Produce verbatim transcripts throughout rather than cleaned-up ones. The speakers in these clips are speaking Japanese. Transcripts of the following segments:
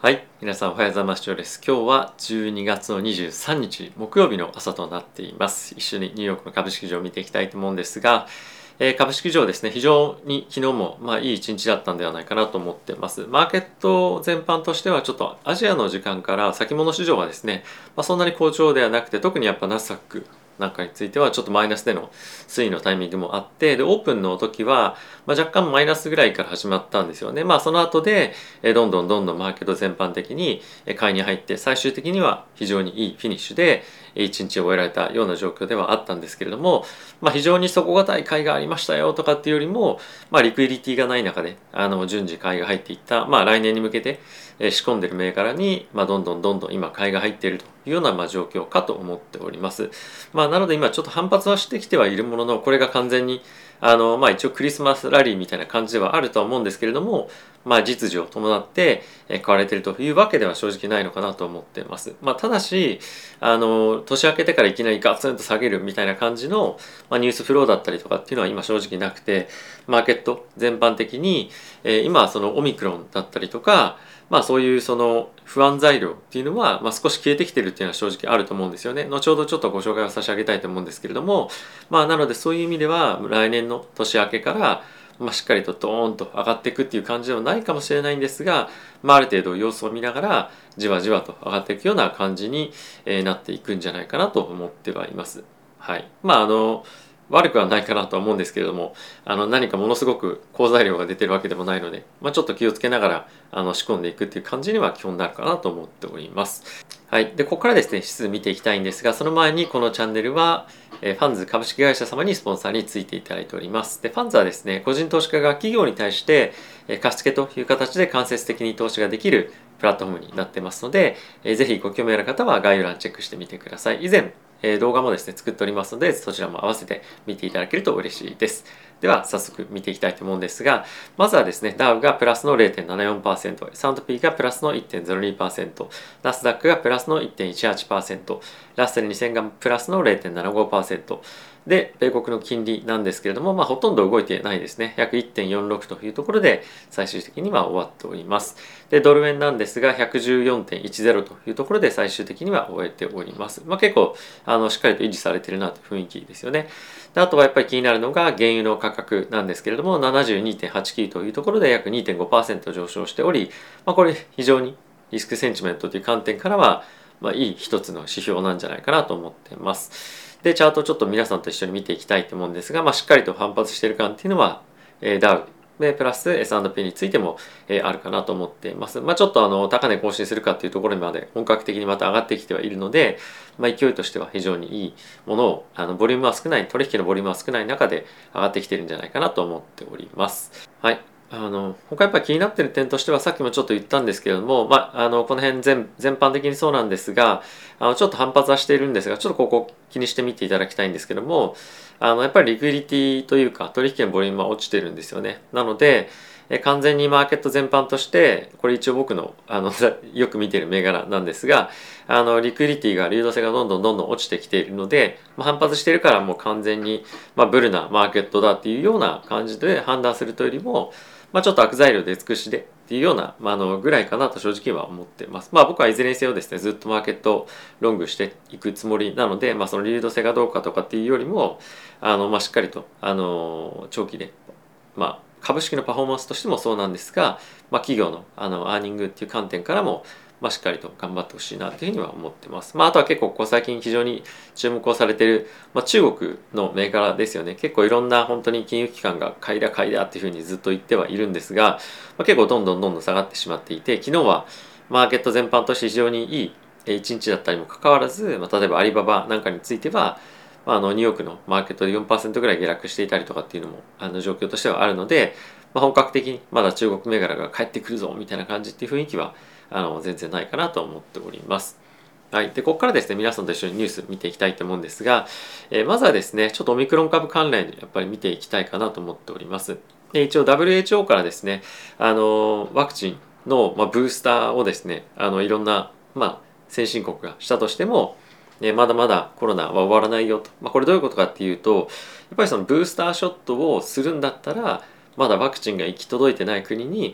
はい、皆さんおはようございます。ジョーです。今日はじゅうにがつのにじゅうさんにち木曜日の朝となっています。一緒にニューヨークの株式市場を見ていきたいと思うんですが、えー、株式市場ですね、非常に昨日もまあいい一日だったんではないかなと思っています。マーケット全般としてはちょっとアジアの時間から先物市場はですね、まあ、そんなに好調ではなくて、特にやっぱナスダックなんかについてはちょっとマイナスでの推移のタイミングもあって、でオープンの時は、まあ、若干マイナスぐらいから始まったんですよね。まあその後でえどんどんどんどんマーケット全般的に買いに入って、最終的には非常にいいフィニッシュで一日を終えられたような状況ではあったんですけれども、まあ、非常に底堅い買いがありましたよとかっていうよりも、まあ、リクイリティがない中であの順次買いが入っていった、まあ、来年に向けて仕込んでいる銘柄に、まあ、どんどんどんどん今買いが入っているというようなまあ状況かと思っております。まあ、なので今ちょっと反発はしてきてはいるものの、これが完全にあの、まあ、一応クリスマスラリーみたいな感じではあるとは思うんですけれども、まあ、実需を伴って買われているというわけでは正直ないのかなと思っています。まあ、ただしあの年明けてからいきなりガツンと下げるみたいな感じの、まあ、ニュースフローだったりとかっていうのは今正直なくて、マーケット全般的に、えー、今そのオミクロンだったりとか、まあそういうその不安材料っていうのは、まあ、少し消えてきてるっていうのは正直あると思うんですよね。後ほどちょっとご紹介を差し上げたいと思うんですけれども、まあなのでそういう意味では来年の年明けからまあ、しっかりとドーンと上がっていくっていう感じではないかもしれないんですが、まあ、ある程度様子を見ながらじわじわと上がっていくような感じになっていくんじゃないかなと思ってはいます。はい。まああの悪くはないかなとは思うんですけれども、あの何かものすごく好材料が出てるわけでもないので、まあ、ちょっと気をつけながらあの仕込んでいくっていう感じには基本になるかなと思っております。はい。で、ここからですね、指数見ていきたいんですが、その前にこのチャンネルは、えファンズ株式会社様にスポンサーについていただいております。で、ファンズはですね、個人投資家が企業に対して、え貸付という形で間接的に投資ができるプラットフォームになってますので、えぜひご興味ある方は概要欄チェックしてみてください。以前、え動画もですね、作っておりますので、そちらも合わせて見ていただけると嬉しいです。では、早速見ていきたいと思うんですが、まずはですね、ダウがプラスの ゼロてんななよんパーセント、エスアンドピー がプラスの いってんゼロにパーセント、ナスダックがプラスの いってんいちはちパーセント、ラッセルにせんがプラスの ゼロてんななごパーセント、で、米国の金利なんですけれども、まあ、ほとんど動いてないですね。約 いってんよんろく というところで最終的には終わっております。で、ドル円なんですが ひゃくじゅうよんてんいちゼロ というところで最終的には終えております。まあ、結構あのしっかりと維持されているなという雰囲気ですよね。で、あとはやっぱり気になるのが原油の価格なんですけれども ななじゅうにてんはちきゅう というところで約 にてんごパーセント 上昇しており、まあ、これ非常にリスクセンチメントという観点からは、まあ、いい一つの指標なんじゃないかなと思っています。で、チャートちょっと皆さんと一緒に見ていきたいと思うんですが、まあ、しっかりと反発している感っていうのは、えー、ダウでプラス エスアンドピー についても、えー、あるかなと思っています。まあ、ちょっとあの高値更新するかっていうところまで本格的にまた上がってきてはいるので、まあ、勢いとしては非常にいいものを、あのボリュームは少ない、取引のボリュームは少ない中で上がってきてるんじゃないかなと思っております。はい。あの他やっぱり気になっている点としては、さっきもちょっと言ったんですけれども、まあ、あのこの辺全全般的にそうなんですが、あのちょっと反発はしているんですが、ちょっとここ気にしてみていただきたいんですけども、あのやっぱりリクイリティというか取引のボリュームは落ちてるんですよね。なのでえ完全にマーケット全般として、これ一応僕のあのよく見ている銘柄なんですが、あのリクイリティが流動性がどんどんどんどん落ちてきているので、まあ、反発しているからもう完全に、まあ、ブルなマーケットだっていうような感じで判断するというよりも、まあ、ちょっと悪材料で尽くしでっていうような、まあ、あのぐらいかなと正直は思ってます。まあ僕はいずれにせよですね、ずっとマーケットをロングしていくつもりなので、まあ、その流動性がどうかとかっていうよりも、あのまあしっかりとあの長期で、まあ株式のパフォーマンスとしてもそうなんですが、まあ、企業のあのアーニングっていう観点からも、まあ、しっかりと頑張ってほしいなというふうには思ってます。まあ、あとは結構ここ最近非常に注目をされている、まあ、中国の銘柄ですよね。結構いろんな本当に金融機関が買いだ買いだっていうふうにずっと言ってはいるんですが、まあ、結構どんどんどんどん下がってしまっていて、昨日はマーケット全般として非常にいい一日だったにもかかわらず、まあ、例えばアリババなんかについては、まあ、あのニューヨークのマーケットで よんパーセント ぐらい下落していたりとかっていうのもあの状況としてはあるので、まあ、本格的にまだ中国銘柄が帰ってくるぞみたいな感じっていう雰囲気はあの全然ないかなと思っております。はい、でここからですね、皆さんと一緒にニュース見ていきたいと思うんですが、えー、まずはですね、ちょっとオミクロン株関連やっぱり見ていきたいかなと思っております。で一応 ダブリューエイチオー からですね、あのワクチンの、まあ、ブースターをですね、あのいろんな、まあ、先進国がしたとしても、えー、まだまだコロナは終わらないよと、まあ、これどういうことかっていうと、やっぱりそのブースターショットをするんだったら、まだワクチンが行き届いてない国に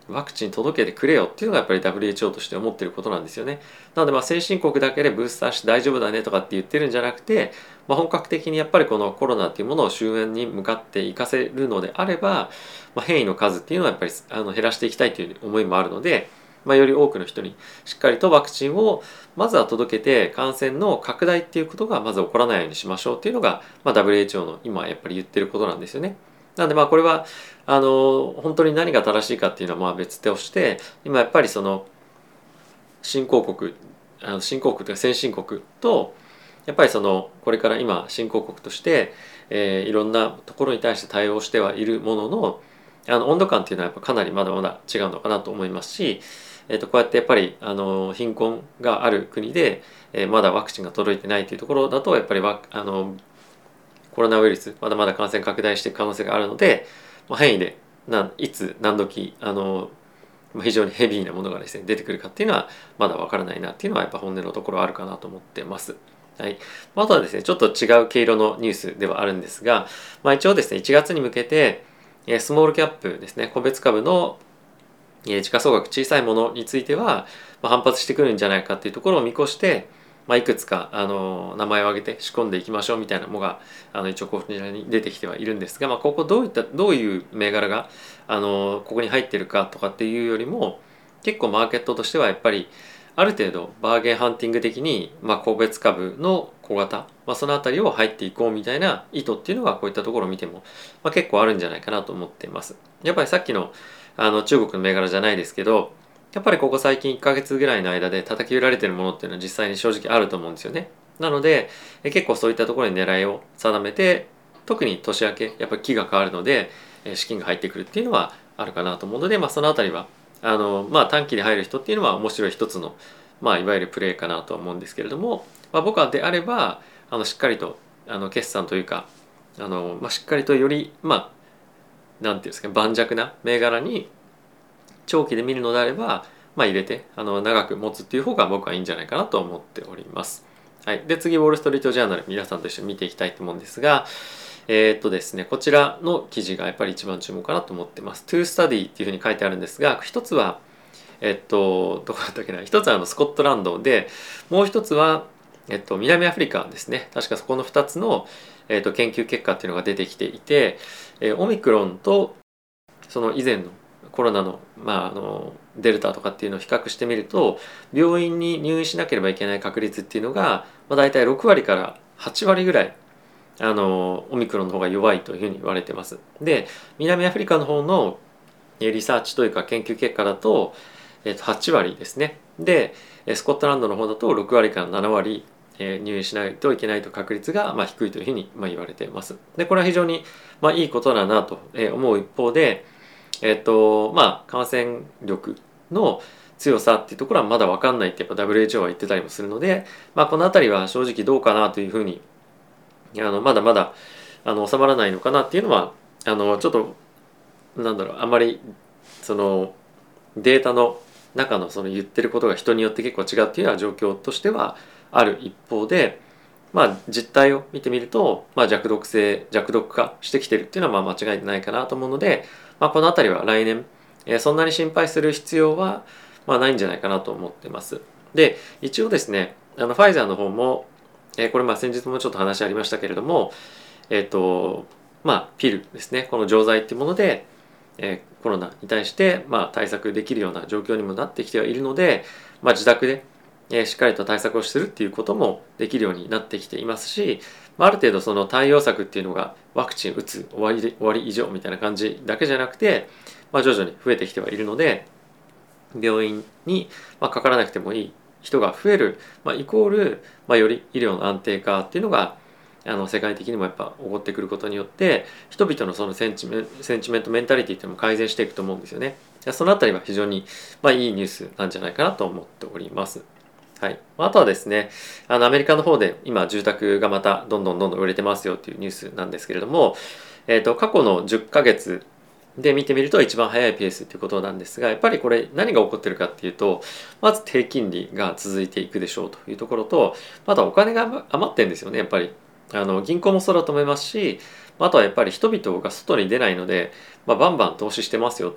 ワクチン届けてくれよっていうのがやっぱり ダブリューエイチオー として思ってることなんですよね。なのでまあ先進国だけでブースターして大丈夫だねとかって言ってるんじゃなくて、まあ、本格的にやっぱりこのコロナっていうものを終焉に向かっていかせるのであれば、まあ、変異の数っていうのはやっぱりあの減らしていきたいという思いもあるので、まあ、より多くの人にしっかりとワクチンをまずは届けて、感染の拡大っていうことがまず起こらないようにしましょうっていうのが、まあ、ダブリューエイチオー の今やっぱり言ってることなんですよね。なのでまあこれはあの本当に何が正しいかっていうのはまあ別として、今やっぱりその新興国あの新興国というか先進国とやっぱりそのこれから今新興国として、えー、いろんなところに対して対応してはいるものの、あの温度感っていうのはやっぱかなりまだまだ違うのかなと思いますし、えー、とこうやってやっぱりあの貧困がある国で、えー、まだワクチンが届いてないというところだとやっぱりワあのコロナウイルスまだまだ感染拡大していく可能性があるので、まあ、変異でないつ何時あの非常にヘビーなものがですね出てくるかっていうのはまだわからないなっていうのはやっぱ本音のところあるかなと思ってます。はい、あとはですねちょっと違う毛色のニュースではあるんですが、まあ、一応ですねいちがつに向けてスモールキャップですね個別株の時価総額小さいものについては反発してくるんじゃないかっていうところを見越して、まあ、いくつかあの名前を挙げて仕込んでいきましょうみたいなものがあの一応こちらに出てきてはいるんですが、まあ、ここどういったどういう銘柄があのここに入ってるかとかっていうよりも、結構マーケットとしてはやっぱりある程度バーゲンハンティング的に、まあ、個別株の小型、まあ、そのあたりを入っていこうみたいな意図っていうのがこういったところを見ても、まあ、結構あるんじゃないかなと思っています。やっぱりさっきのあの中国の銘柄じゃないですけど、やっぱりここ最近いっかげつぐらいの間で叩き売られてるものっていうのは実際に正直あると思うんですよね。なのでえ結構そういったところに狙いを定めて、特に年明けやっぱり期が変わるので資金が入ってくるっていうのはあるかなと思うので、まあ、そのあたりはあの、まあ、短期で入る人っていうのは面白い一つの、まあ、いわゆるプレーかなとは思うんですけれども、まあ、僕はであればあのしっかりとあの決算というかあの、まあ、しっかりとよりまあなんていうんですか盤石な銘柄に長期で見るのであれば、まあ、入れてあの長く持つっていう方が僕はいいんじゃないかなと思っております。はい、で次ウォール・ストリート・ジャーナル皆さんと一緒に見ていきたいと思うんですが、えー、っとですねこちらの記事がやっぱり一番注目かなと思ってます。To study っていうふうに書いてあるんですが、一つはえっとどこだったっけな、一つはあのスコットランドで、もう一つはえっと南アフリカですね。確かそこのふたつの、えっと、研究結果っていうのが出てきていて、えオミクロンとその以前のコロナの,、まあ、あのデルタとかっていうのを比較してみると、病院に入院しなければいけない確率っていうのが、まあ、大体ろくわりからはちわりぐらいあのオミクロンの方が弱いというふうに言われてます。で南アフリカの方のリサーチというか研究結果だと、えっと、はちわりですね。でスコットランドの方だとろくわりからななわり入院しないといけないと確率がまあ低いというふうにまあ言われています。でこれは非常にまあいいことだなと思う一方で、えっとまあ感染力の強さっていうところはまだ分かんないってやっぱ ダブリューエイチオー は言ってたりもするので、まあ、この辺りは正直どうかなというふうにあのまだまだあの収まらないのかなっていうのはあのちょっとなんだろうあまりそのデータの中のその言ってることが人によって結構違うっていうような状況としてはある一方で、まあ実態を見てみると、まあ、弱毒性弱毒化してきてるっていうのはまあ間違いないかなと思うので、まあ、この辺りは来年、えー、そんなに心配する必要はまあないんじゃないかなと思ってます。で一応ですねあのファイザーの方も、えー、これまあ先日もちょっと話ありましたけれども、えっとまあピルですね、この錠剤っていうものでえー、コロナに対して、まあ、対策できるような状況にもなってきてはいるので、まあ、自宅で、えー、しっかりと対策をするっていうこともできるようになってきていますし、まあ、ある程度その対応策っていうのがワクチン打つ終わりで終わり以上みたいな感じだけじゃなくて、まあ、徐々に増えてきてはいるので、病院に、まあ、かからなくてもいい人が増える、まあ、イコール、まあ、より医療の安定化っていうのがあの世界的にもやっぱ起こってくることによって人々のそのセンチメンセンチメントメンタリティっていうのも改善していくと思うんですよね。そのあたりは非常に、まあ、いいニュースなんじゃないかなと思っております。はい、あとはですねあのアメリカの方で今住宅がまたどんどんどんどん売れてますよっていうニュースなんですけれども、えー、と過去のじゅっかげつで見てみると一番早いペースっていうことなんですが、やっぱりこれ何が起こってるかっていうと、まず低金利が続いていくでしょうというところと、またお金が余ってるんですよね。やっぱりあの銀行もそうだと思いますし、あとはやっぱり人々が外に出ないので、まあ、バンバン投資してますよと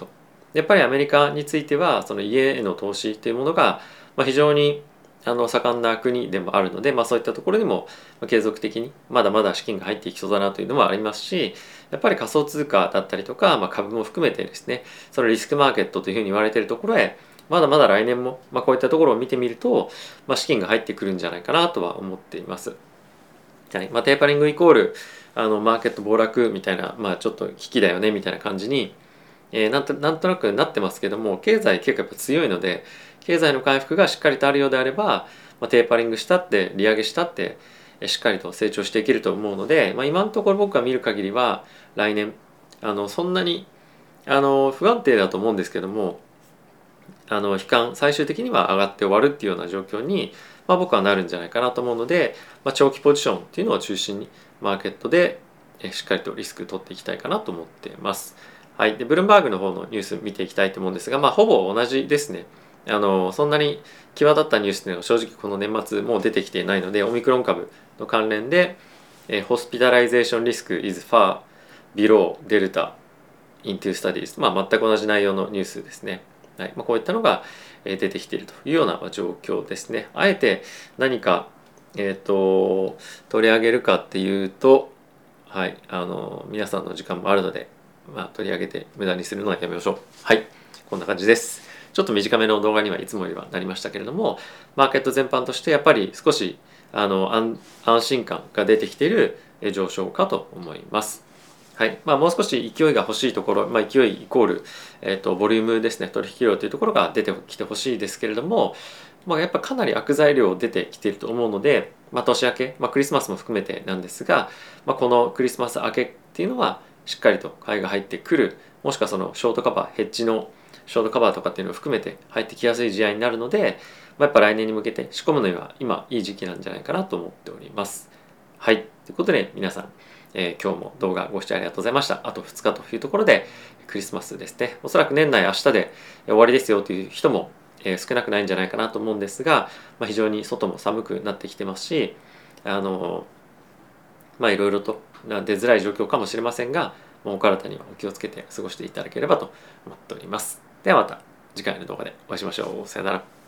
やっぱりアメリカについてはその家への投資というものが、まあ、非常にあの盛んな国でもあるので、まあ、そういったところにも継続的にまだまだ資金が入っていきそうだなというのもありますし、やっぱり仮想通貨だったりとか、まあ、株も含めてですね、そのリスクマーケットというふうに言われているところへまだまだ来年も、まあ、こういったところを見てみると、まあ、資金が入ってくるんじゃないかなとは思っています。はい、まあ、テーパリングイコールあのマーケット暴落みたいな、まあ、ちょっと危機だよねみたいな感じに、えー、なんと、なんとなくなってますけども、経済結構やっぱ強いので、経済の回復がしっかりとあるようであれば、まあ、テーパリングしたって利上げしたってしっかりと成長していけると思うので、まあ、今のところ僕が見る限りは来年あのそんなにあの不安定だと思うんですけども、あの悲観最終的には上がって終わるっていうような状況に、まあ、僕はなるんじゃないかなと思うので、まあ、長期ポジションっていうのを中心にマーケットでしっかりとリスク取っていきたいかなと思っています。はい、でブルームバーグの方のニュース見ていきたいと思うんですが、まあ、ほぼ同じですね。あのそんなに際立ったニュースというのは正直この年末もう出てきていないので、オミクロン株の関連で、えー、ホスピタライゼーションリスク is far below Delta into studies、まあ、全く同じ内容のニュースですね。はいまあ、こういったのが出てきているというような状況ですね。あえて何か、えーと、取り上げるかっていうと、はい、あの皆さんの時間もあるので、まあ、取り上げて無駄にするのはやめましょう。はい、こんな感じです。ちょっと短めの動画にはいつもよりはなりましたけれども、マーケット全般としてやっぱり少しあの 安, 安心感が出てきている上昇かと思います。はいまあ、もう少し勢いが欲しいところ、まあ、勢いイコール、えーと、ボリュームですね、取引量というところが出てきてほしいですけれども、まあ、やっぱかなり悪材料出てきていると思うので、まあ、年明け、まあ、クリスマスも含めてなんですが、まあ、このクリスマス明けっていうのはしっかりと買いが入ってくる、もしくはそのショートカバー、ヘッジのショートカバーとかっていうのを含めて入ってきやすい試合になるので、まあ、やっぱ来年に向けて仕込むのには今いい時期なんじゃないかなと思っております。はい、ということで皆さん、えー、今日も動画ご視聴ありがとうございました。あとふつかというところでクリスマスですね。おそらく年内明日で終わりですよという人も、えー、少なくないんじゃないかなと思うんですが、まあ、非常に外も寒くなってきてますし、あのまあいろいろと出づらい状況かもしれませんが、お体にはお気をつけて過ごしていただければと思っております。ではまた次回の動画でお会いしましょう。さよなら。